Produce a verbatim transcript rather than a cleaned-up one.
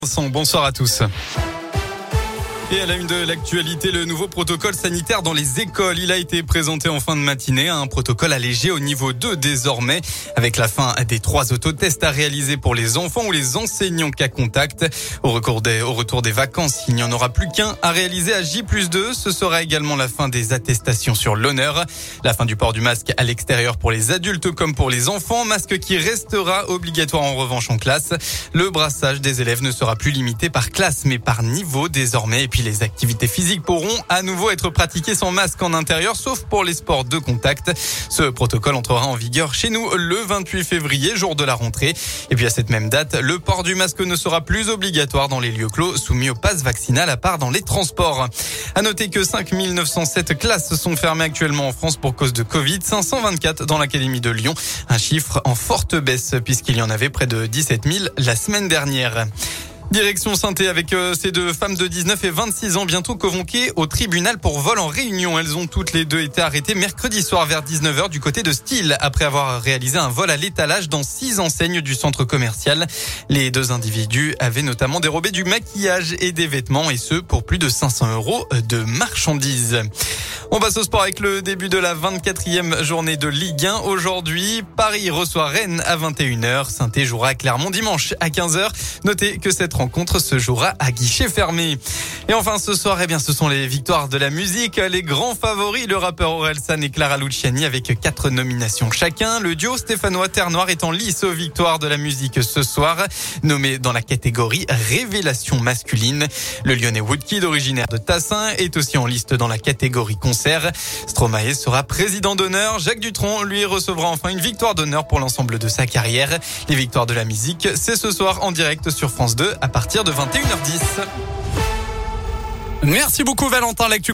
Bonsoir à tous. Et à la une de l'actualité, le nouveau protocole sanitaire dans les écoles. Il a été présenté en fin de matinée, un protocole allégé au niveau deux désormais, avec la fin des trois autotests à réaliser pour les enfants ou les enseignants cas contact. Au, recours des, au retour des vacances, il n'y en aura plus qu'un à réaliser à J plus deux. Ce sera également la fin des attestations sur l'honneur. La fin du port du masque à l'extérieur pour les adultes comme pour les enfants. Masque qui restera obligatoire en revanche en classe. Le brassage des élèves ne sera plus limité par classe mais par niveau désormais. Et puis les activités physiques pourront à nouveau être pratiquées sans masque en intérieur, sauf pour les sports de contact. Ce protocole entrera en vigueur chez nous le vingt-huit février, jour de la rentrée. Et puis à cette même date, le port du masque ne sera plus obligatoire dans les lieux clos soumis au pass vaccinal à part dans les transports. À noter que cinq mille neuf cent sept classes sont fermées actuellement en France pour cause de Covid, cinq cent vingt-quatre dans l'académie de Lyon. Un chiffre en forte baisse puisqu'il y en avait près de dix-sept mille la semaine dernière. Direction Saint-Étienne avec euh, ces deux femmes de dix-neuf et vingt-six ans bientôt convoquées au tribunal pour vol en réunion. Elles ont toutes les deux été arrêtées mercredi soir vers dix-neuf heures du côté de Style après avoir réalisé un vol à l'étalage dans six enseignes du centre commercial. Les deux individus avaient notamment dérobé du maquillage et des vêtements et ce pour plus de cinq cents euros de marchandises. On passe au sport avec le début de la vingt-quatrième journée de Ligue un. Aujourd'hui, Paris reçoit Rennes à vingt et une heures. Saint-Étienne jouera à Clermont dimanche à quinze heures. Notez que cette rencontre se jouera à guichet fermé. Et enfin ce soir, eh bien, ce sont les victoires de la musique. Les grands favoris, le rappeur Orelsan et Clara Luciani avec quatre nominations chacun. Le duo stéphanois Terre Noire est en lice aux victoires de la musique ce soir, nommé dans la catégorie Révélation masculine. Le lyonnais Woodkid, originaire de Tassin, est aussi en liste dans la catégorie concert. Stromae sera président d'honneur. Jacques Dutronc, lui, recevra enfin une victoire d'honneur pour l'ensemble de sa carrière. Les victoires de la musique, c'est ce soir en direct sur France deux à partir de vingt et une heures dix. Merci beaucoup Valentin. L'actu